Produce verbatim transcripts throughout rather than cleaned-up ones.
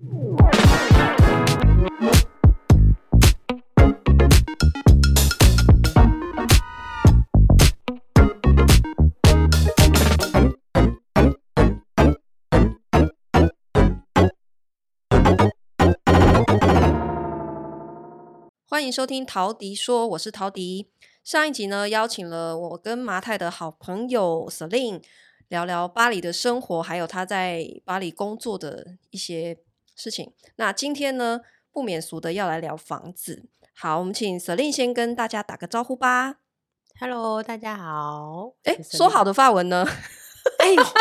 欢迎收听陶迪说，我是陶迪。上一集呢，邀请了我跟麻太的好朋友 Celine 聊聊巴黎的生活，还有他在巴黎工作的一些事情。那今天呢，不免俗的要来聊房子。好，我们请 Celine 先跟大家打个招呼吧。 Hello， 大家好。 哎，说好的法文呢？ 哎呦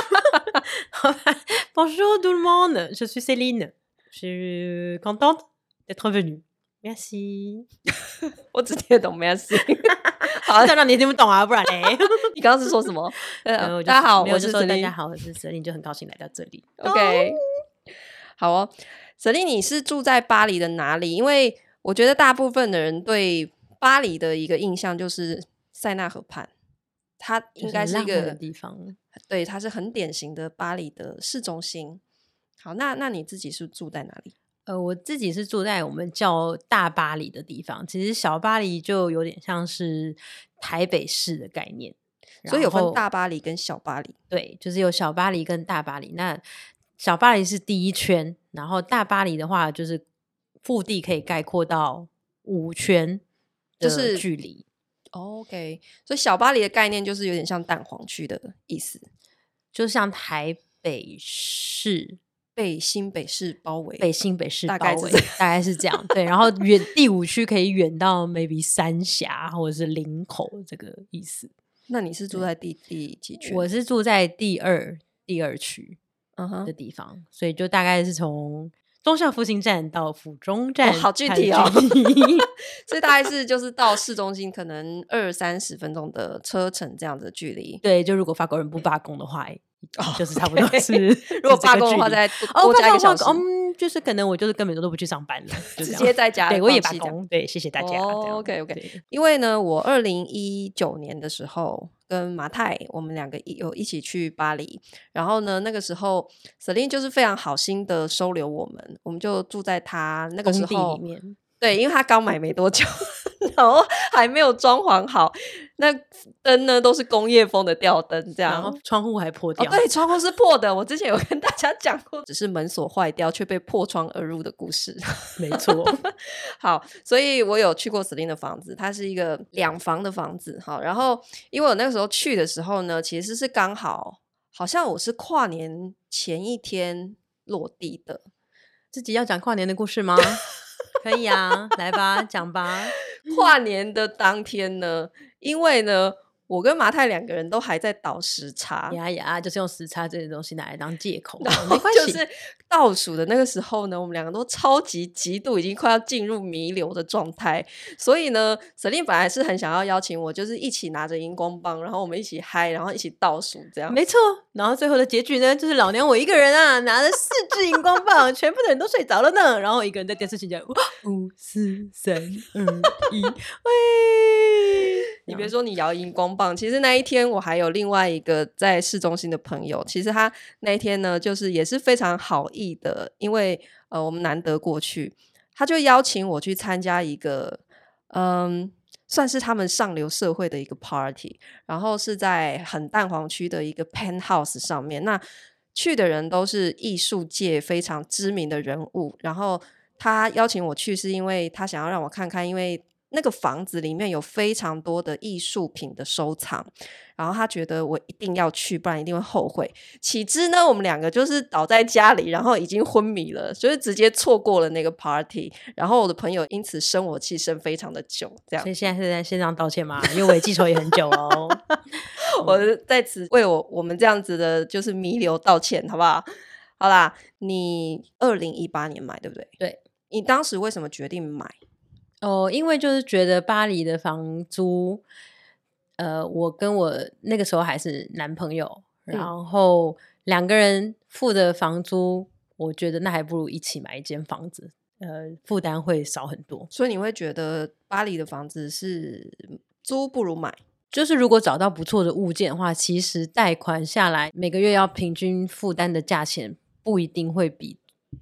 ，Bonjour tout le monde, je suis Céline. Je suis contente d'être venue.Merci 我只听得懂 Merci 好，这样你听不懂啊，不然嘞你刚刚是说什么？ 呃、 大家好， 我是 Celine。大家好，我是 Celine， 就很高兴来到这里。 OK， 好哦。Celine，你是住在巴黎的哪里？因为我觉得大部分的人对巴黎的一个印象就是塞纳河畔，它应该是一个、 就是、地方， 对，它是很典型的巴黎的市中心。好，那那你自己是住在哪里？ 呃，我自己是住在我们叫大巴黎的地方，其实小巴黎就有点像是台北市的概念， 所以有分大巴黎跟小巴黎。 对，就是有小巴黎跟大巴黎。那小巴黎是第一圈，然后大巴黎的话就是腹地可以概括到五圈的距离、就是哦、OK， 所以小巴黎的概念就是有点像蛋黄区的意思， 就像台北市被新北市包围， 被新北市包围， 大概是大概是这样。对，然后远第五区可以远到 maybe 三峡或者是林口这个意思。 那你是住在第第几区？ 我是住在第二第二区的地方、uh-huh. 所以就大概是从忠孝复兴站到府中站、 哦、好具体哦所以大概是就是到市中心可能二三十分钟的车程这样子的距离。 对，就如果法国人不罢工的话哦、就是差不多是、 okay. 如果罢工的话再多加一个小时、 哦嗯、就是可能我就是根本都不去上班了，就直接在家对，我也罢工。对，谢谢大家、 哦、OK OK。 因为呢我二零一九年的时候跟麻太我们两个有一起去巴黎，然后呢那个时候 Celine 就是非常好心的收留我们，我们就住在他那个时候工地里面。 对，因为他刚买没多久然后还没有装潢好，那灯呢都是工业风的吊灯这样， 然后窗户还破掉、 哦、对，窗户是破的，我之前有跟大家讲过，只是门锁坏掉却被破窗而入的故事。 没错好，所以我有去过 Celine 的房子，它是一个两房的房子。好，然后因为我那个时候去的时候呢其实是刚好好像我是跨年前一天落地的。 自己要讲跨年的故事吗？可以啊，来吧，讲吧。 跨年的当天呢，因为呢我跟麻太两个人都还在倒时差呀呀，就是用时差这些东西拿来当借口， 没关系。就是倒数的那个时候呢，我们两个都超级极度已经快要进入弥留的状态，所以呢 Celine 本来是很想要邀请我，就是一起拿着荧光棒，然后我们一起嗨，然后一起倒数这样。 没错，然后最后的结局呢，就是老娘我一个人啊，拿着四支荧光棒全部的人都睡着了呢，然后一个人在电视前讲五四三二一喂。 你别说你摇荧光棒，其实那一天我还有另外一个在市中心的朋友，其实他那一天呢就是也是非常好意的，因为呃我们难得过去，他就邀请我去参加一个嗯算是他们上流社会的一个 party， 然后是在很蛋黄区的一个 penthouse 上面，那去的人都是艺术界非常知名的人物，然后他邀请我去是因为他想要让我看看，因为那个房子里面有非常多的艺术品的收藏，然后他觉得我一定要去，不然一定会后悔。岂知呢我们两个就是倒在家里，然后已经昏迷了，就是直接错过了那个 party， 然后我的朋友因此生我气生非常的久这样。 所以现在是在线上道歉吗？因为我也记仇也很久哦我在此为我我们这样子的就是弥留道歉好不好？好啦，你二零一八年买对不对？ 对。 你当时为什么决定买？ 哦，因为就是觉得巴黎的房租，呃，我跟我那个时候还是男朋友， 嗯、 然后两个人付的房租，我觉得那还不如一起买一间房子，呃，负担会少很多。 所以你会觉得巴黎的房子是租不如买？ 就是如果找到不错的物件的话，其实贷款下来每个月要平均负担的价钱不一定会比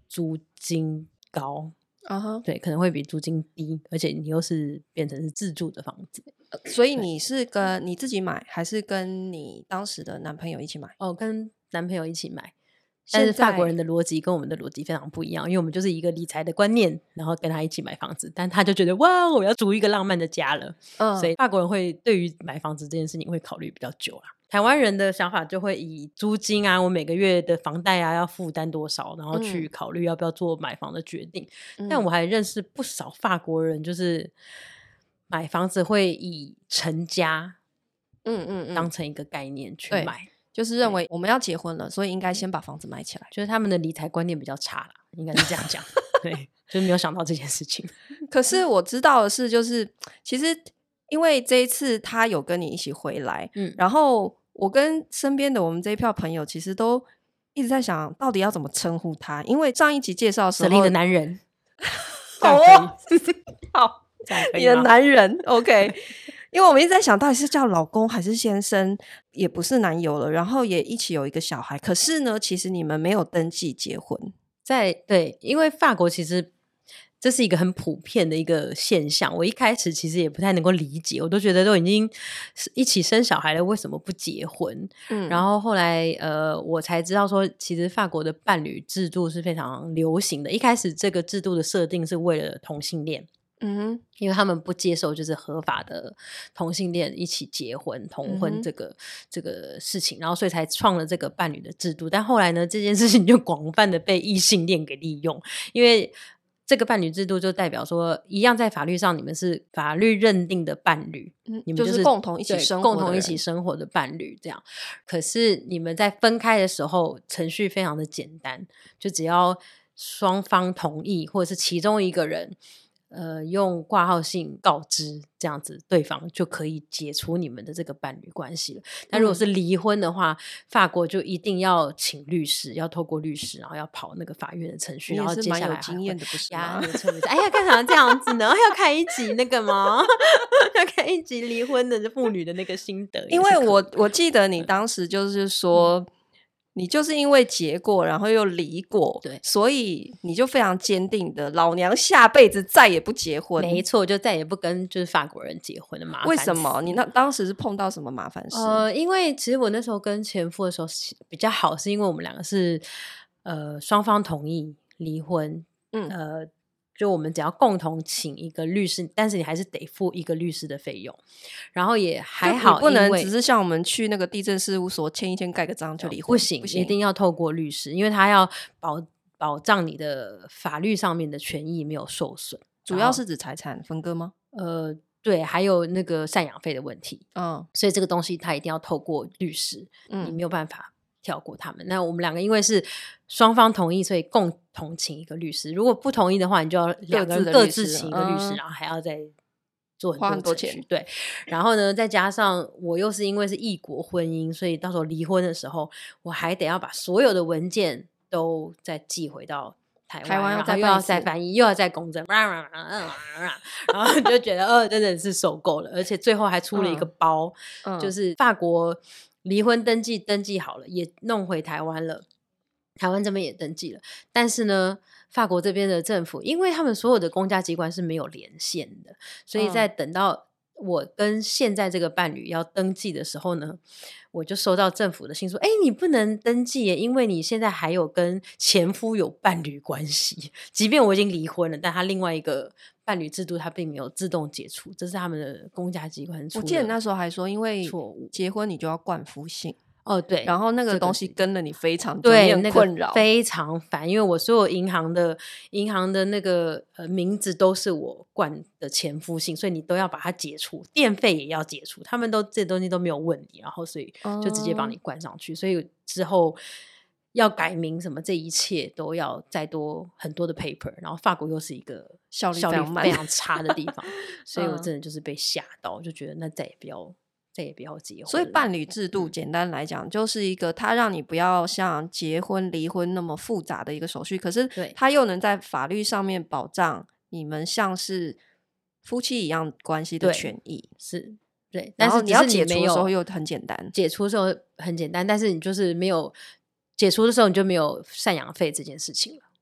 租金高。 啊哈， 对，可能会比租金低，而且你又是变成是自住的房子。 呃所以你是跟你自己买，还是跟你当时的男朋友一起买？ 哦，跟男朋友一起买。但是现在法国人的逻辑跟我们的逻辑非常不一样，因为我们就是一个理财的观念，然后跟他一起买房子，但他就觉得哇，我要组一个浪漫的家了， 嗯所以法国人会对于买房子这件事情会考虑比较久啦。台湾人的想法就会以租金啊，我每个月的房贷啊要负担多少，然后去嗯考虑要不要做买房的决定。 嗯但我还认识不少法国人，就是买房子会以成家嗯嗯嗯， 当成一个概念去对买。 就是认为我们要结婚了，所以应该先把房子买起来。 就是他们的理财观念比较差啦，应该是这样讲。对，就没有想到这件事情。 可是我知道的是，就是其实因为这一次他有跟你一起回来， 嗯， 然后我跟身边的我们这一票朋友，其实都一直在想，到底要怎么称呼他？因为上一集介绍的时候， 舍利的男人， 好这样哦可以， 好， 这样可以你的吗男人 OK。因为我们一直在想，到底是叫老公还是先生，也不是男友了，然后也一起有一个小孩。可是呢，其实你们没有登记结婚。 在对，因为法国其实这是一个很普遍的一个现象。我一开始其实也不太能够理解，我都觉得都已经一起生小孩了，为什么不结婚？ 嗯， 然后后来呃，我才知道说，其实法国的伴侣制度是非常流行的。一开始这个制度的设定是为了同性恋。 嗯哼， 因为他们不接受就是合法的同性恋一起结婚同婚这个、嗯、这个事情，然后所以才创了这个伴侣的制度。但后来呢，这件事情就广泛的被异性恋给利用，因为这个伴侣制度就代表说，一样在法律上你们是法律认定的伴侣， 嗯、 你们就是、 就是共同一起生活的人， 共同一起生活的伴侣这样。可是你们在分开的时候，程序非常的简单，就只要双方同意，或者是其中一个人。呃，用挂号信告知这样子，对方就可以解除你们的这个伴侣关系了。但如果是离婚的话、嗯、法国就一定要请律师，要透过律师，然后要跑那个法院的程序，然后接下来蛮有经验的，不是吗？ 哎呀，干啥这样子呢？要开一集那个吗？要开一集离婚的妇女的那个心得？ 因为我我记得你当时就是说。嗯你就是因为结过，然后又离过， 对， 所以你就非常坚定的，老娘下辈子再也不结婚。 没错，就再也不跟就是法国人结婚了嘛。 为什么？你那当时是碰到什么麻烦事？ 呃，因为其实我那时候跟前夫的时候比较好，是因为我们两个是呃双方同意离婚，嗯，呃。就我们只要共同请一个律师，但是你还是得付一个律师的费用，然后也还好， 不能只是像我们去那个地震事务所签一签盖个章就离婚， 不行，不行，一定要透过律师，因为他要保保障你的法律上面的权益没有受损。 主要是指财产分割吗？ 呃，对，还有那个赡养费的问题，嗯，所以这个东西他一定要透过律师，嗯，你没有办法跳过他们。那我们两个因为是双方同意，所以共同请一个律师。如果不同意的话，你就要两个人各自请一个律师，嗯、然后还要再做很多花很多钱。 对，然后呢，再加上我又是因为是异国婚姻，所以到时候离婚的时候，我还得要把所有的文件都再寄回到台湾， 台湾然后又要再翻译，又要再公证，然后就觉得呃，真的是受够了。而且最后还出了一个包，嗯、就是法国离婚登记登记好了，也弄回台湾了，台湾这边也登记了，但是呢，法国这边的政府，因为他们所有的公家机关是没有连线的，所以在等到我跟现在这个伴侣要登记的时候呢，我就收到政府的信说，哎，你不能登记耶，因为你现在还有跟前夫有伴侣关系，即便我已经离婚了，但他另外一个伴侣制度他并没有自动解除，这是他们的公家机关出的。 我记得那时候还说，因为结婚你就要冠夫姓。 哦，对， 然后那个东西跟了你非常久，你很困扰， 那个、非常烦，因为我所有银行的银行的那个呃名字都是我冠的前夫姓，所以你都要把它解除，电费也要解除，他们都这些东西都没有问你，然后所以就直接帮你冠上去，哦、所以之后要改名什么，这一切都要再多很多的 paper， 然后法国又是一个效率非常差的地方，所以我真的就是被吓到，我就觉得那再也不要。再也不要结婚。 所以伴侣制度简单来讲、嗯、就是一个它让你不要像结婚离婚那么复杂的一个手续，可是它又能在法律上面保障你们像是夫妻一样关系的权益。 是，对， 但是你要解除的时候又很简单， 解除的时候很简单，但是你就是没有解除的时候你就没有赡养费这件事情了。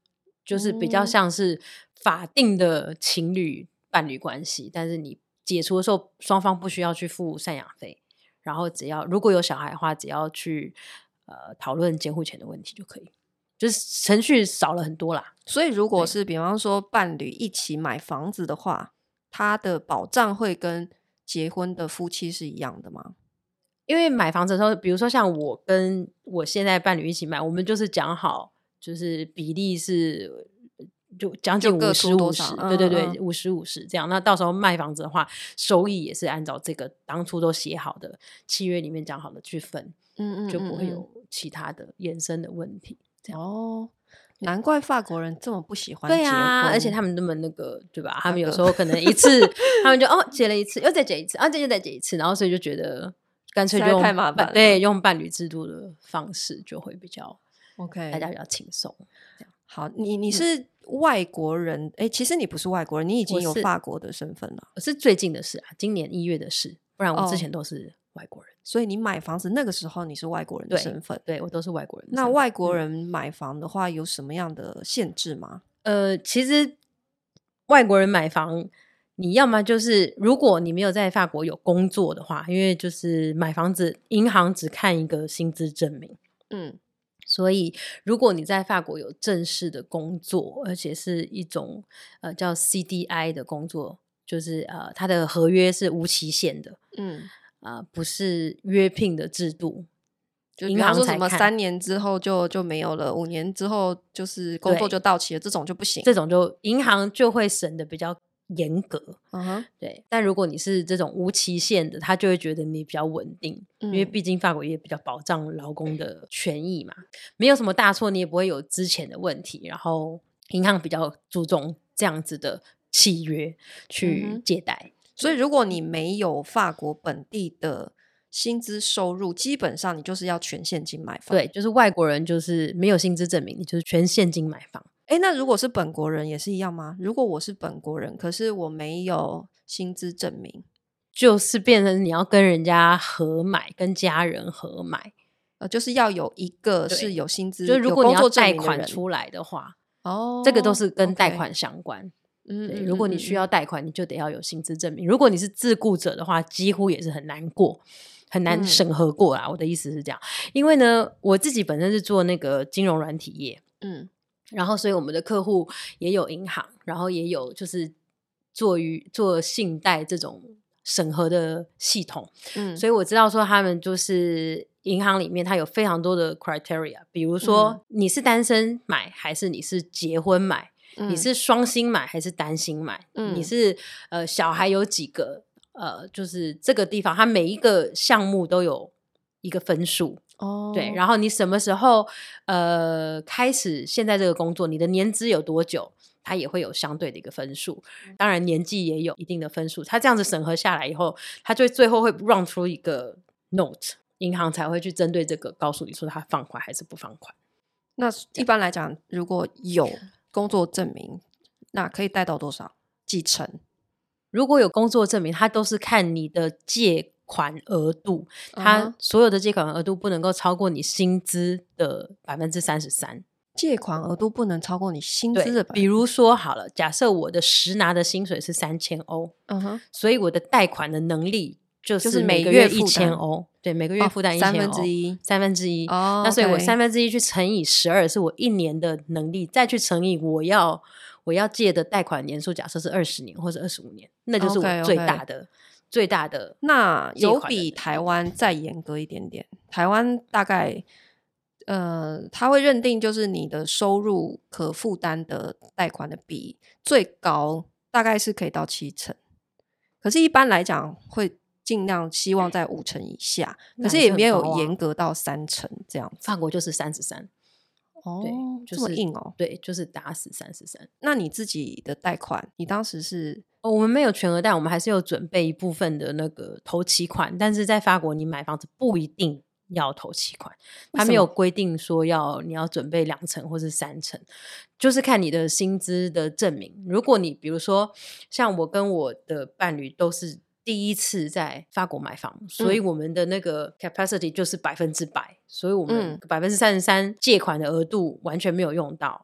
就是比较像是法定的情侣伴侣关系，但是你解除的时候双方不需要去付赡养费，然后只要如果有小孩的话只要去呃讨论监护权的问题就可以，就是程序少了很多啦。 所以如果是比方说伴侣一起买房子的话，他的保障会跟结婚的夫妻是一样的吗？ 因为买房子的时候，比如说像我跟我现在伴侣一起买，我们就是讲好就是比例是就将近五十五十，对对对，五十五十这样。那到时候卖房子的话，收益也是按照这个当初都写好的契约里面讲好的去分，嗯嗯，就不会有其他的衍生的问题。这样哦，难怪法国人这么不喜欢结婚。 对啊，而且他们那么那个，对吧？他们有时候可能一次，他们就哦结了一次，又再结一次，啊，这就再结一次，然后所以就觉得干脆就用太麻烦了， 对，用伴侣制度的方式就会比较 OK， 大家比较轻松。 好，你你是外国人，哎、嗯，其实你不是外国人，你已经有法国的身份了。 我是最近的事啊，今年一月的事，不然我之前都是外国人。 哦，所以你买房子那个时候你是外国人的身份， 对，对我都是外国人的身份。 那外国人买房的话有什么样的限制吗？ 嗯、呃，其实外国人买房，你要么就是如果你没有在法国有工作的话，因为就是买房子银行只看一个薪资证明，嗯，所以如果你在法国有正式的工作，而且是一种呃叫 C D I 的工作，就是呃它的合约是无期限的，嗯，呃不是约聘的制度， 就银行说什么三年之后就就没有了，五年之后就是工作就到期了，这种就不行， 这种就银行就会审的比较严格，嗯哼，对。但如果你是这种无期限的，他就会觉得你比较稳定，嗯，因为毕竟法国也比较保障劳工的权益嘛，没有什么大错，你也不会有资遣的问题。然后银行比较注重这样子的契约去借贷，嗯， 所以如果你没有法国本地的薪资收入，基本上你就是要全现金买房。 对，就是外国人就是没有薪资证明，你就是全现金买房。 哎，那如果是本国人也是一样吗？如果我是本国人，可是我没有薪资证明， 就是变成你要跟人家合买，跟家人合买， 呃，就是要有一个是有薪资， 就是如果你要贷款出来的话，哦，这个都是跟贷款相关。 嗯， 对，如果你需要贷款，你就得要有薪资证明。如果你是自雇者的话，几乎也是很难过，很难审核过啦。嗯，我的意思是这样，因为呢，我自己本身是做那个金融软体业，嗯。然后所以我们的客户也有银行，然后也有就是做于做信贷这种审核的系统，嗯，所以我知道说他们就是银行里面它有非常多的 criteria， 比如说你是单身买还是你是结婚买，嗯，你是双薪买还是单薪买，嗯，你是呃小孩有几个，呃就是这个地方它每一个项目都有一个分数。哦，对，然后你什么时候呃开始现在这个工作，你的年资有多久，它也会有相对的一个分数，当然年纪也有一定的分数，它这样子审核下来以后，它就最后会 run 出一个 note， 银行才会去针对这个告诉你说它放款还是不放款。 那一般来讲如果有工作证明，那可以贷到多少？几成？ 如果有工作证明，它都是看你的借款额度，它所有的借款额度不能够超过你薪资的百分之三十三。 借款额度不能超过你薪资的， 比如说好了，假设我的实拿的薪水是三千欧，嗯哼，所以我的贷款的能力就是每个月一千欧，对，每个月负担一千欧， 三分之一， 三分之一。哦，那所以我三分之一去乘以十二，是我一年的能力，再去乘以我要我要借的贷款年数，假设是二十年或者二十五年，那就是我最大的。Okay, okay.最大的， 那有比台湾再严格一点点。台湾大概呃，他会认定就是你的收入可负担的贷款的比最高大概是可以到七成，可是一般来讲会尽量希望在五成以下，可是也没有严格到三成这样子。 法国就是三十三。 哦，对，就是，这么硬哦。 对，就是打死三十三。 那你自己的贷款，你当时是？ 哦，我们没有全额贷，我们还是有准备一部分的那个头期款，但是在法国你买房子不一定要头期款，他没有规定说要你要准备两成或是三成，就是看你的薪资的证明。如果你比如说像我跟我的伴侣都是第一次在法国买房，所以我们的那个 capacity 就是百分之百，所以我们百分之三十三借款的额度完全没有用到，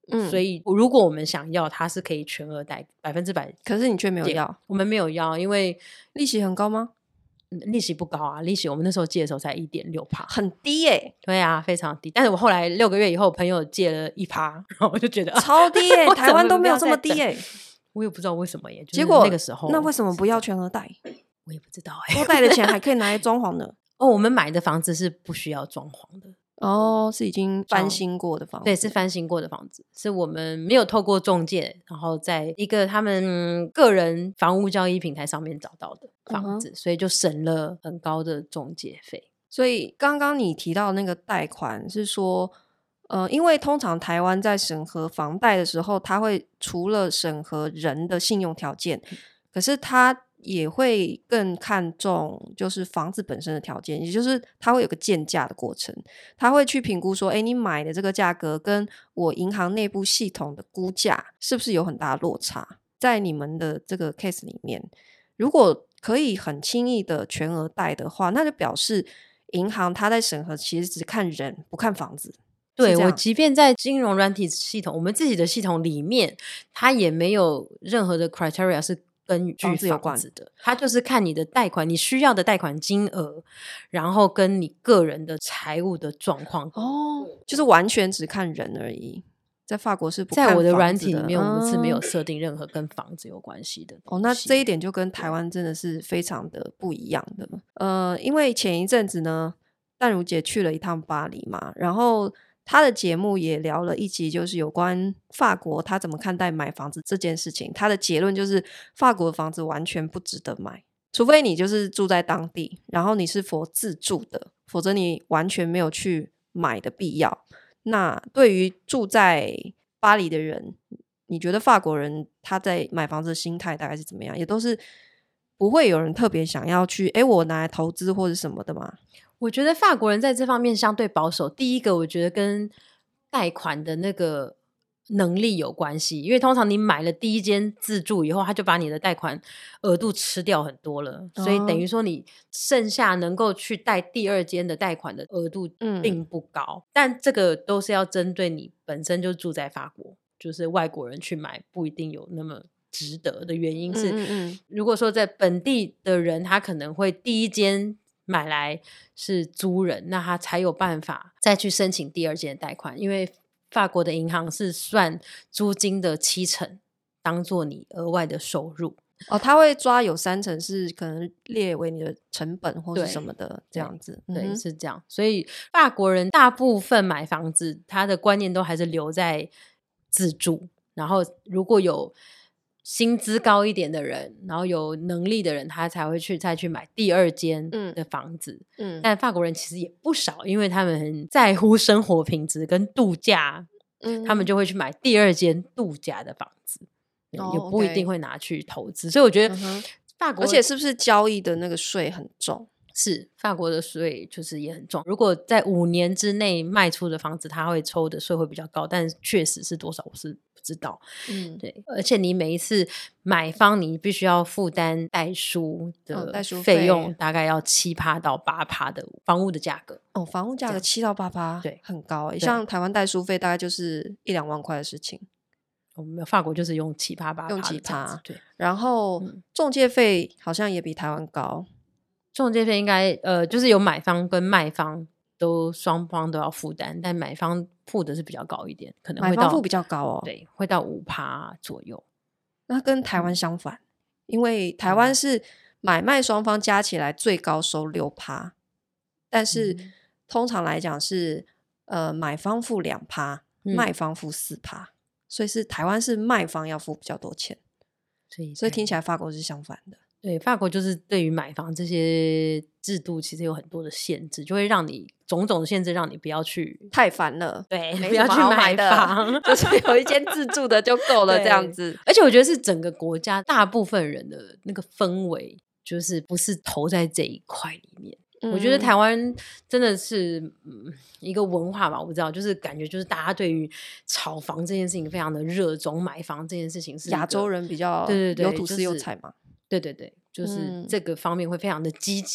嗯，所以如果我们想要，它是可以全额贷百分之百， 可是你却没有要。 我们没有要，因为利息很高吗？ 利息不高啊，利息我们那时候借的时候才 一点六趴， 很低耶、欸。 对啊，非常低。但是我后来六个月以后，朋友借了一趴，然后我就觉得超低耶、欸，台湾都没有这么低耶、欸。 我也不知道为什么耶， 结果那个时候那为什么不要全额贷？ 我也不知道哎、 多贷的钱还可以拿来装潢呢。 哦，我们买的房子是不需要装潢的。 哦，是已经翻新过的房子。 对，是翻新过的房子，是我们没有透过中介，然后在一个他们个人房屋交易平台上面找到的房子、嗯、所以就省了很高的中介费。 所以刚刚你提到那个贷款是说呃，因为通常台湾在审核房贷的时候，他会除了审核人的信用条件，可是他也会更看重就是房子本身的条件，也就是他会有个鉴价的过程，他会去评估说诶，你买的这个价格跟我银行内部系统的估价是不是有很大的落差。在你们的这个 case 里面，如果可以很轻易的全额贷的话，那就表示银行他在审核其实只看人不看房子。 对，我即便在金融软体系统我们自己的系统里面，它也没有任何的 criteria 是根据房子有关的，它就是看你的贷款，你需要的贷款金额，然后跟你个人的财务的状况。 哦，就是完全只看人而已。在法国是不看房子的，在我的软体里面、嗯、我们是没有设定任何跟房子有关系的。 哦，那这一点就跟台湾真的是非常的不一样的。呃，因为前一阵子呢，淡如姐去了一趟巴黎嘛，然后他的节目也聊了一集，就是有关法国他怎么看待买房子这件事情。他的结论就是法国的房子完全不值得买，除非你就是住在当地，然后你是for自住的，否则你完全没有去买的必要。那对于住在巴黎的人，你觉得法国人他在买房子的心态大概是怎么样？也都是不会有人特别想要去诶我拿来投资或者什么的吗？ 我觉得法国人在这方面相对保守。第一个我觉得跟贷款的那个能力有关系，因为通常你买了第一间自住以后，他就把你的贷款额度吃掉很多了、哦、所以等于说你剩下能够去贷第二间的贷款的额度并不高、嗯、但这个都是要针对你本身就住在法国，就是外国人去买不一定有那么值得的原因是嗯嗯嗯如果说在本地的人他可能会第一间买来是租人，那他才有办法再去申请第二间的贷款，因为法国的银行是算租金的七成当做你额外的收入。 哦，他会抓有三成是可能列为你的成本或是什么的这样子。 对、 嗯、 是这样。所以法国人大部分买房子他的观念都还是留在自住，然后如果有薪资高一点的人，然后有能力的人，他才会去再去买第二间的房子。嗯，但法国人其实也不少，因为他们很在乎生活品质跟度假，嗯，他们就会去买第二间度假的房子，哦、也不一定会拿去投资。所以我觉得法国， 而且是不是交易的那个税很重？ 是，法国的税就是也很重。如果在五年之内卖出的房子，他会抽的税会比较高，但确实是多少我是不知道。嗯，对。而且你每一次买方，你必须要负担代书的费用，大概要七趴到八趴的房屋的价格。 哦，房屋价格七到八趴，对，很高诶。像台湾代书费大概就是一两万块的事情。 我们法国就是用七趴八趴， 用七趴，对。然后、嗯、中介费好像也比台湾高。 中介费应该呃，就是有买方跟卖方都双方都要负担，但买方付的是比较高一点，可能会到买方付比较高哦， 对，会到五趴左右。 那跟台湾相反，嗯、因为台湾是买卖双方加起来最高收六趴，但是、嗯、通常来讲是呃买方付两趴，卖方付四趴，所以是台湾是卖方要付比较多钱，所以所以听起来法国是相反的。 对，法国就是对于买房这些制度其实有很多的限制，就会让你种种的限制让你不要去太烦了， 对， 没不要去买房就是有一间自住的就够了这样子。 而且我觉得是整个国家大部分人的那个氛围就是不是投在这一块里面。嗯、我觉得台湾真的是、嗯、一个文化吧，我不知道，就是感觉就是大家对于炒房这件事情非常的热衷，买房这件事情是亚洲人比较对对对有土司有财嘛、 就是对对对，就是这个方面会非常的积极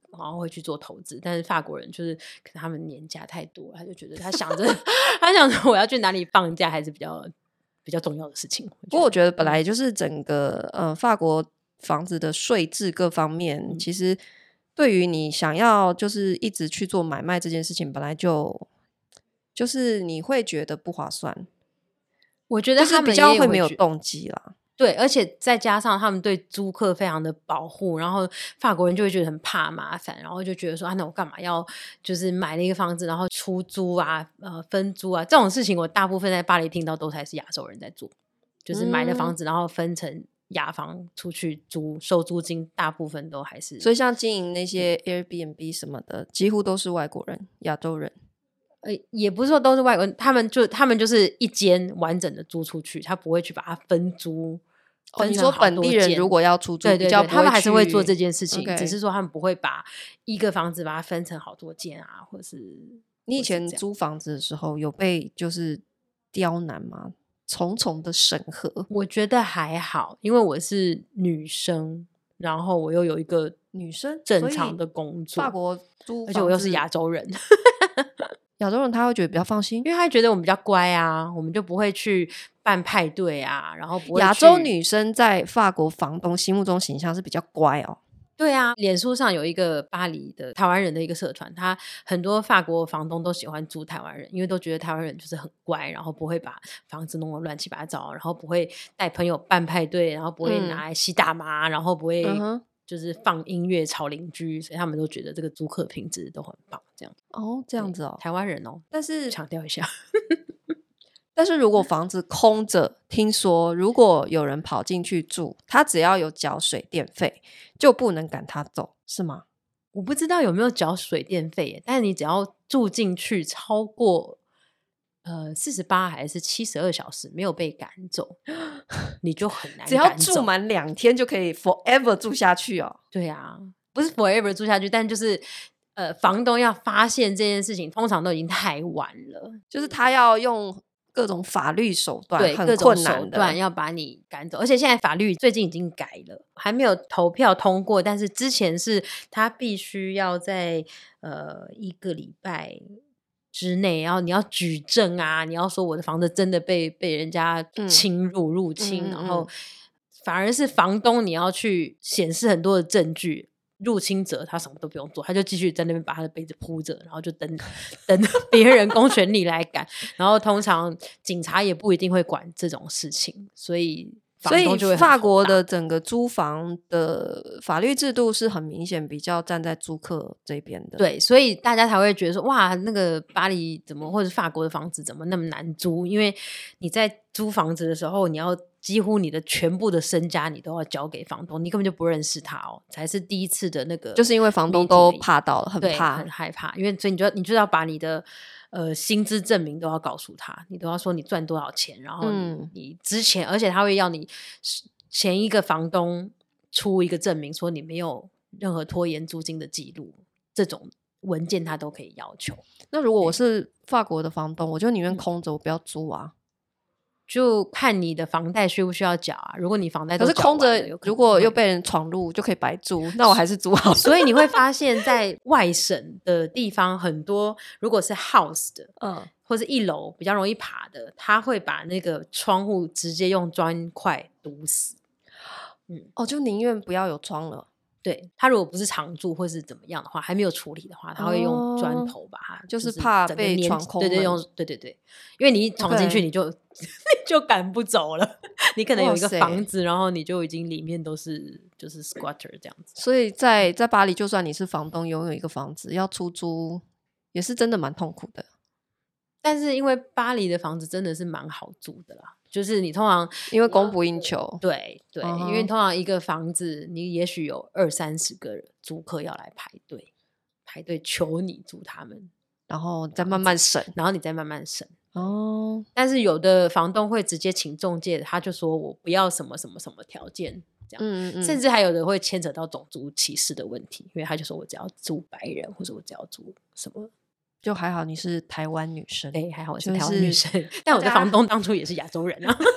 然后会去做投资，但是法国人就是可能他们年假太多，他就觉得他想着他想着我要去哪里放假还是比较比较重要的事情。 不过我觉得本来就是整个呃法国房子的税制各方面、嗯、其实对于你想要就是一直去做买卖这件事情本来就就是你会觉得不划算。 我觉得他们就是比较会没有动机啦。 对，而且再加上他们对租客非常的保护，然后法国人就会觉得很怕麻烦，然后就觉得说啊，那我干嘛要就是买了一个房子然后出租啊呃分租啊，这种事情我大部分在巴黎听到都还是亚洲人在做，就是买了房子然后分成雅房出去租收租金，大部分都还是。 所以像经营那些 Airbnb 什么的几乎都是外国人亚洲人。 呃，也不是说都是外国人，他们就他们就是一间完整的租出去，他不会去把它分租。 哦，你说本地人如果要出租， 对对对， 比较不会他们还是会做这件事情， okay. 只是说他们不会把一个房子把它分成好多间啊，或是。 你以前租房子的时候有被就是刁难吗？重重的审核？ 我觉得还好，因为我是女生，然后我又有一个女生正常的工作， 法国租房子， 而且我又是亚洲人。 亚洲人他会觉得比较放心， 因为他觉得我们比较乖啊，我们就不会去办派对啊，然后不会去。 亚洲女生在法国房东心目中形象是比较乖哦。 对啊，脸书上有一个巴黎的台湾人的一个社团，他很多法国房东都喜欢租台湾人，因为都觉得台湾人就是很乖，然后不会把房子弄得乱七八糟，然后不会带朋友办派对，然后不会拿来吸大麻、嗯、然后不会就是放音乐吵邻居，所以他们都觉得这个租客品质都很棒。这样哦，这样子哦， 台湾人哦， 但是强调一下。 但是如果房子空着，听说如果有人跑进去住，他只要有缴水电费就不能赶他走，是吗？ 我不知道有没有缴水电费耶，但是你只要住进去超过呃四十八还是七十二小时没有被赶走，你就很难赶走。 只要住满两天就可以 forever 住下去哦。 对啊，不是 forever 住下去，但就是呃，房东要发现这件事情通常都已经太晚了， 就是他要用各种法律手段， 对， 很各种困难的手段要把你赶走。而且现在法律最近已经改了，还没有投票通过，但是之前是他必须要在呃一个礼拜之内，然后你要举证啊，你要说我的房子真的被被人家侵入、嗯、入侵、嗯、然后反而是房东你要去显示很多的证据，入侵者他什么都不用做，他就继续在那边把他的被子铺着，然后就等等别人公权力来赶。然后通常警察也不一定会管这种事情，所以房东就会很所以法国的整个租房的法律制度是很明显比较站在租客这边的。 对，所以大家才会觉得说哇，那个巴黎怎么或者法国的房子怎么那么难租，因为你在租房子的时候你要几乎你的全部的身家你都要交给房东，你根本就不认识他哦，才是第一次的那个， 就是因为房东都怕到了，很怕， 很害怕，因为所以你就你就要把你的呃薪资证明都要告诉他，你都要说你赚多少钱，然后你、嗯、你之前，而且他会要你前一个房东出一个证明说你没有任何拖延租金的记录，这种文件他都可以要求。 那如果我是法国的房东，我就宁愿空着，我不要租啊。 就看你的房贷需不需要缴啊。如果你房贷都缴完了，可是空着，如果又被人闯入，就可以白租，那我还是租好了。 所以你会发现在外省的地方，很多如果是 house 的，嗯，或是一楼比较容易爬的，他会把那个窗户直接用砖块堵死。 嗯，哦，就宁愿不要有窗了。 对，他如果不是常住或是怎么样的话，还没有处理的话，他会用砖头把它、 哦、就是怕被闯空门。 对对，用对对对，因为你一闯进去你就、okay. 你就赶不走了。你可能有一个房子，然后你就已经里面都是就是 squatter 这样子。 所以在在巴黎，就算你是房东，拥有一个房子要出租，也是真的蛮痛苦的。 但是因为巴黎的房子真的是蛮好租的啦，就是你通常因为供不应求， 对对、uh-huh. 因为通常一个房子你也许有二三十个租客要来排队排队求你租他们， 然后再慢慢审， 然后你再慢慢审哦。 Oh. 但是有的房东会直接请中介，他就说我不要什么什么什么条件这样、嗯嗯、甚至还有的会牵扯到种族歧视的问题，因为他就说我只要租白人，或者我只要租什么。 就还好你是台湾女生， 对，还好我是台湾女生、就是、但我的房东当初也是亚洲人啊。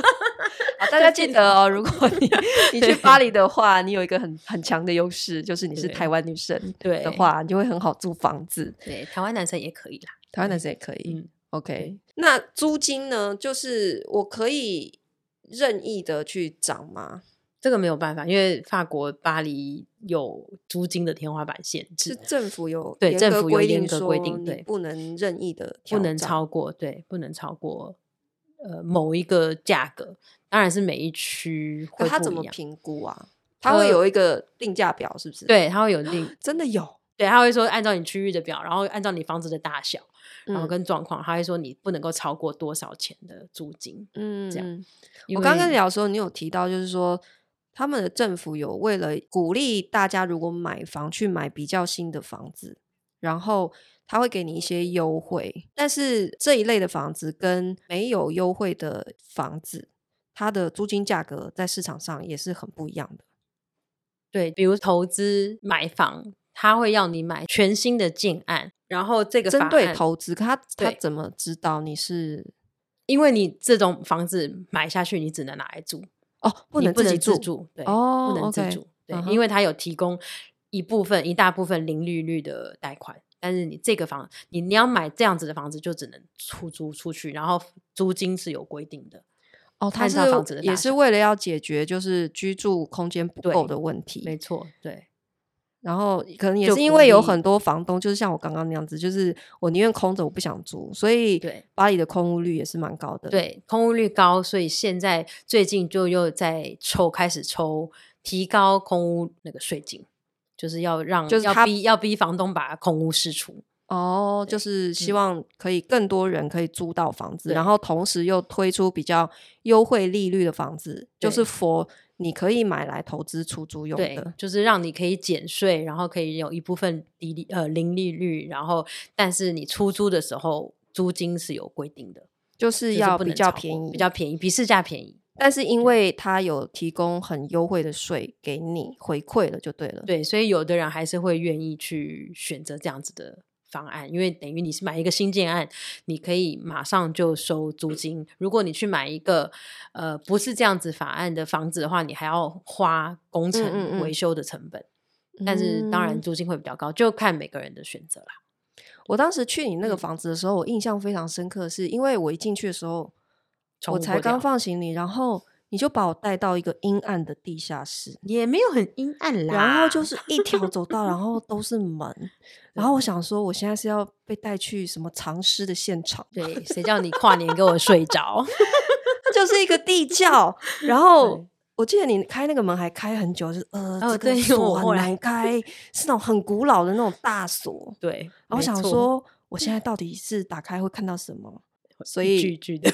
好，大家记得哦，如果你你去巴黎的话，你有一个很很强的优势，就是你是台湾女生的话，你就会很好租房子。 对，台湾男生也可以啦， 台湾男生也可以。 嗯 OK， 那租金呢？就是我可以任意的去涨吗？ 这个没有办法，因为法国巴黎有租金的天花板限制， 是政府有对政府有严严格规定， 你对， 不能任意的不能超过，对，不能超过呃某一个价格。当然是每一区会不一样。可他怎么评估啊？他会有一个定价表，是不是？ 呃、对，他会有定， 真的有。 对，他会说按照你区域的表，然后按照你房子的大小，然后跟状况，他会说你不能够超过多少钱的租金。嗯，这样。 我刚刚跟你聊的时候，你有提到就是说，他们的政府有为了鼓励大家如果买房去买比较新的房子，然后他会给你一些优惠，但是这一类的房子跟没有优惠的房子，它的租金价格在市场上也是很不一样的。 对，比如投资买房，他会要你买全新的建案，然后这个法案针对投资，可他他怎么知道你是？ 因为你这种房子买下去，你只能拿来住哦，不能自己住， 自住，对， 哦， 不能自住， okay, 对， uh-huh. 因为他有提供一部分一大部分零利率的贷款，但是你这个房你你要买这样子的房子，就只能出租出去，然后租金是有规定的。 哦，它是也是为了要解决就是居住空间不够的问题， 没错，对。 然后可能也是因为有很多房东就是像我刚刚那样子，就是我宁愿空着我不想租，所以巴黎的空屋率也是蛮高的。 对，空屋率高，所以现在最近就又在抽开始抽提高空屋那个税金，就是要让就是要逼要逼房东把空屋释出。 哦，就是希望可以更多人可以租到房子，然后同时又推出比较优惠利率的房子，就是 for 你可以买来投资出租用的。 对，就是让你可以减税，然后可以有一部分低利呃零利率，然后但是你出租的时候租金是有规定的， 就是要比较便宜， 比较便宜，比市价便宜。 但是因为它有提供很优惠的税给你回馈了就对了。 对，所以有的人还是会愿意去选择这样子的方案，因为等于你是买一个新建案，你可以马上就收租金。如果你去买一个呃不是这样子法案的房子的话，你还要花工程维修的成本，嗯嗯嗯，但是当然租金会比较高，就看每个人的选择啦。 我当时去你那个房子的时候，嗯，我印象非常深刻，是因为我一进去的时候我才刚放行李，然后你就把我带到一个阴暗的地下室， 也没有很阴暗啦， 然后就是一条走道然后都是门然后我想说我现在是要被带去什么藏尸的现场， 对，谁叫你跨年给我睡着它就是一个地窖然后我记得你开那个门还开很久，就是呃、哦、这个锁很难开是那种很古老的那种大锁， 对， 然后我想说我现在到底是打开会看到什么，所以句句的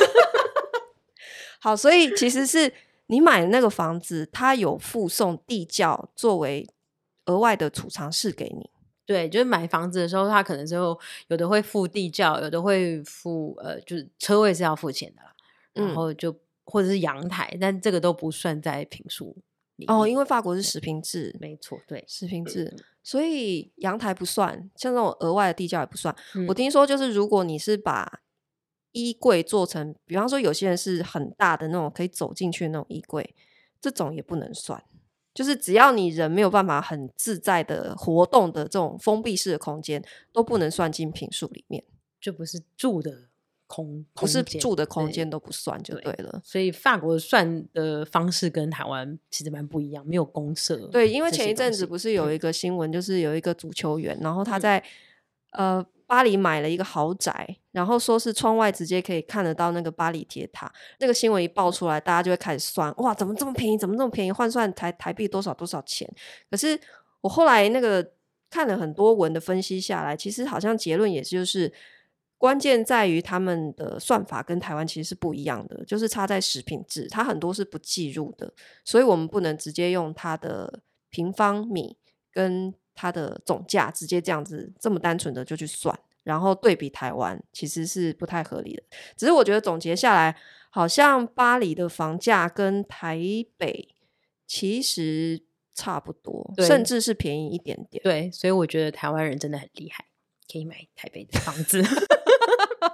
好，所以其实是你买的那个房子它有附送地窖作为额外的储藏室给你。 对，就是买房子的时候它可能就有的会附地窖，有的会附呃，就是车位是要付钱的啦，嗯，然后就或者是阳台，但这个都不算在坪数里面。 哦，因为法国是实坪制， 没错，对， 实坪制，嗯，所以阳台不算，像这种额外的地窖也不算， 嗯，我听说就是如果你是把衣柜做成，比方说有些人是很大的那种可以走进去的那种衣柜，这种也不能算，就是只要你人没有办法很自在的活动的这种封闭式的空间都不能算进坪数里面， 就不是住的空不是住的空间都不算就对了。 对，所以法国算的方式跟台湾其实蛮不一样，没有公社。 对，因为前一阵子不是有一个新闻，嗯，就是有一个足球员，然后他在，嗯，呃巴黎买了一个豪宅，然后说是窗外直接可以看得到那个巴黎铁塔，那个新闻一爆出来大家就会开始算，哇怎么这么便宜怎么这么便宜，换算台台币多少多少钱。可是我后来那个看了很多文的分析下来，其实好像结论也就是关键在于他们的算法跟台湾其实是不一样的，就是差在实坪制，它很多是不计入的，所以我们不能直接用它的平方米跟它的总价直接这样子这么单纯的就去算，然后对比台湾其实是不太合理的。只是我觉得总结下来好像巴黎的房价跟台北其实差不多，甚至是便宜一点点。 对，所以我觉得台湾人真的很厉害，可以买台北的房子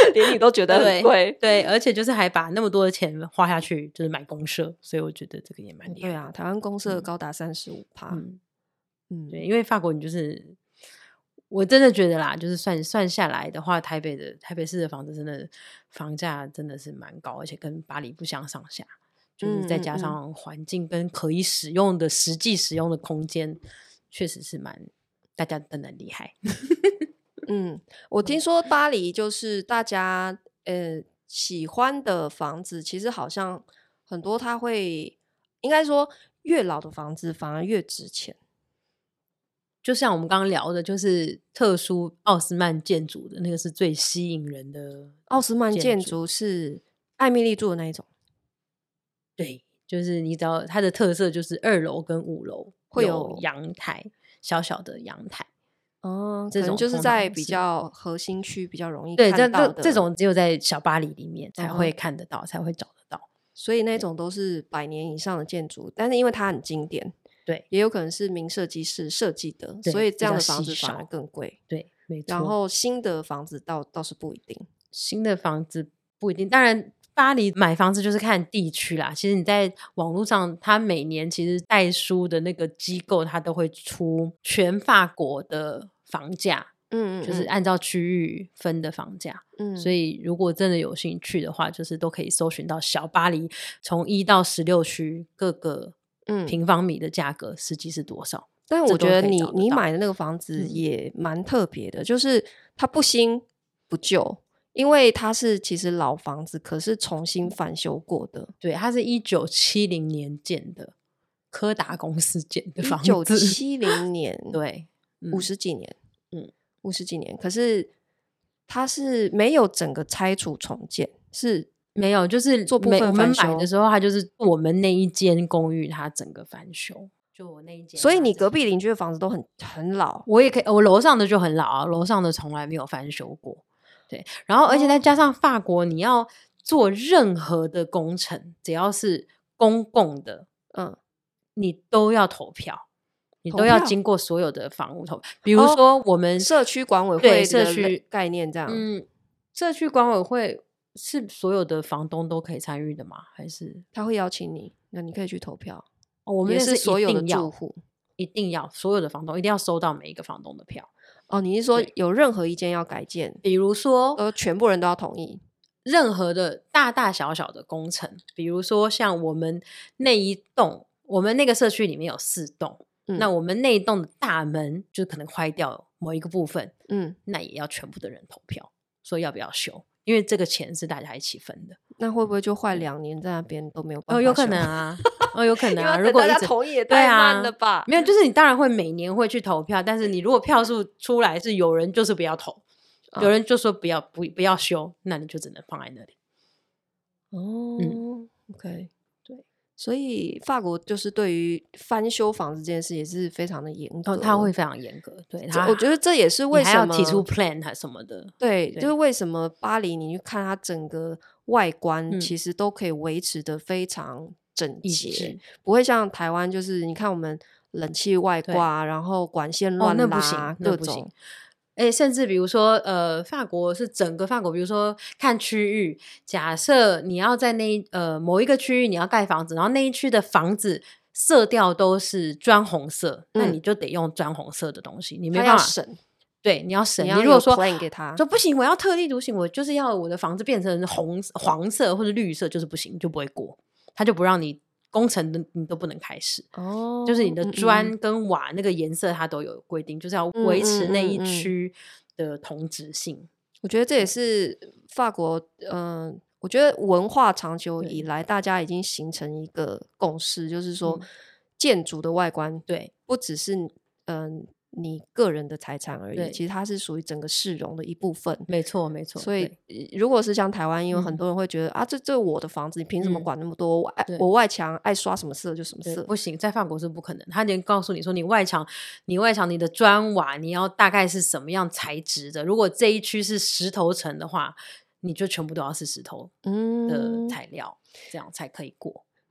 连你都觉得很贵。 对，而且就是还把那么多的钱花下去，就是买公社，所以我觉得这个也蛮厉害的。 对啊，台湾公社高达 百分之三十五。 嗯嗯， 对，因为法国你就是我真的觉得啦，就是算算下来的话，台北的台北市的房子真的房价真的是蛮高，而且跟巴黎不相上下。就是再加上环境跟可以使用的实际使用的空间，确实是蛮大家真的厉害。 嗯，我听说巴黎就是大家呃喜欢的房子，其实好像很多，它会应该说越老的房子反而越值钱。 就像我们刚刚聊的，就是特殊奥斯曼建筑的那个是最吸引人的。 奥斯曼建筑是艾蜜莉住的那一种。 对，就是你知道它的特色就是二楼跟五楼会有阳台，小小的阳台。 哦，这种就是在比较核心区比较容易看到的。 对，这种只有在小巴黎里面才会看得到，嗯、才会找得到。 所以那种都是百年以上的建筑，但是因为它很经典， 对， 也有可能是名设计师设计的，所以这样的房子反而更贵。 对，没错。 然后新的房子倒倒是不一定， 新的房子不一定，当然。巴黎买房子就是看地区啦，其实你在网络上，它每年其实代书的那个机构，它都会出全法国的房价，嗯, 嗯, 嗯就是按照区域分的房价，嗯，所以如果真的有兴趣的话，就是都可以搜寻到小巴黎从一到十六区各个平方米的价格实际是多少。 但我觉得你你买的那个房子也蛮特别的，嗯、就是它不新不旧。因为它是其实老房子，可是重新翻修过的。 对，它是一九七零年建的，柯达公司建的房子。 一九七零年， 对， 五十几年，嗯，五十几年。可是它是没有整个拆除重建，是没有，就是做部分翻修。 我们买的时候，它就是我们那一间公寓，它整个翻修。就我那一间， 所以你隔壁邻居的房子都很很老。 我也可以，我楼上的就很老啊，楼上的从来没有翻修过。对，然后而且再加上法国，你要做任何的工程，只要是公共的，嗯，你都要投票，你都要经过所有的房屋投票。比如说我们、 哦、社区管委会社区概念这样， 嗯，社区管委会是所有的房东都可以参与的吗？还是他会邀请你，那你可以去投票？ 哦、我们也是所有的住户一定要，所有的房东一定要收到每一个房东的票。 哦，你是说有任何一间要改建， 比如说呃，全部人都要同意任何的大大小小的工程，比如说像我们那一栋，我们那个社区里面有四栋、嗯，那我们那一栋的大门就可能坏掉某一个部分，嗯，那也要全部的人投票，说要不要修，因为这个钱是大家一起分的。 那会不会就坏两年在那边都没有办法修？ 哦，有可能啊，哦，有可能啊。 如果大家同意也太慢了吧？ 啊、没有，就是你当然会每年会去投票，但是你如果票数出来是有人就是不要投，哦、有人就说不要不不要修，那你就只能放在那里。 哦、嗯、，OK， 对，所以法国就是对于翻修房子这件事也是非常的严格， 哦，他会非常严格，对，他我觉得这也是为什么你还要提出 plan 还什么的， 对，对就是为什么巴黎你去看它整个外观、嗯、其实都可以维持得非常整洁，不会像台湾就是你看我们冷气外挂，然后管线乱拉、哦、 那不行各种。欸、甚至比如说呃，法国是整个法国比如说看区域，假设你要在那呃某一个区域你要盖房子，然后那一区的房子色调都是砖红色、嗯、那你就得用砖红色的东西，你没办法省， 对，你要省， 你要如果说 plan 给他说不行我要特立独行，我就是要我的房子变成红黄色或者绿色，就是不行，就不会过，他就不让你工程的你都不能开始哦，就是你的砖跟瓦那个颜色它都有规定、嗯、就是要维持那一区的同质性、嗯嗯嗯、 我觉得这也是法国嗯、呃，我觉得文化长久以来大家已经形成一个共识，就是说、嗯、建筑的外观对不只是嗯、呃你个人的财产而已，其实它是属于整个市容的一部分， 没错没错。 所以如果是像台湾，因为很多人会觉得、嗯、啊这这我的房子你凭什么管那么多、嗯、我外墙爱刷什么色就什么色， 不行，在法国是不可能，他连告诉你说你外墙你外墙你的砖瓦你要大概是什么样材质的，如果这一区是石头层的话，你就全部都要是石头的材料、嗯、这样才可以过。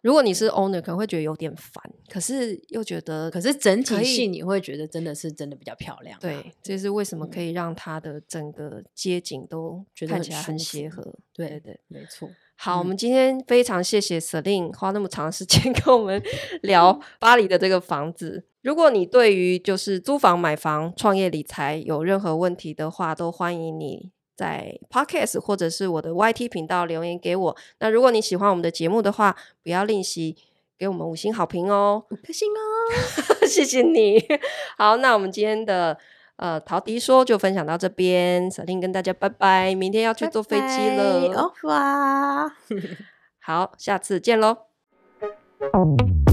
如果你是 owner 可能会觉得有点烦，可是又觉得可是整体性你会觉得真的是真的比较漂亮、啊、 对，这是为什么可以让它的整个街景都看起来很协和。对对对， 没错。 好、 嗯、 我们今天非常谢谢 Celine 花那么长时间跟我们聊巴黎的这个房子。如果你对于就是租房买房创业理财有任何问题的话，都欢迎你在 Podcast 或者是我的 Y T 频道留言给我。那如果你喜欢我们的节目的话，不要吝惜给我们五星好评哦， 五颗星哦谢谢你。好，那我们今天的呃陶迪说就分享到这边，Celine跟大家拜拜，明天要去坐飞机了， 拜拜，au revoir 好，下次见咯。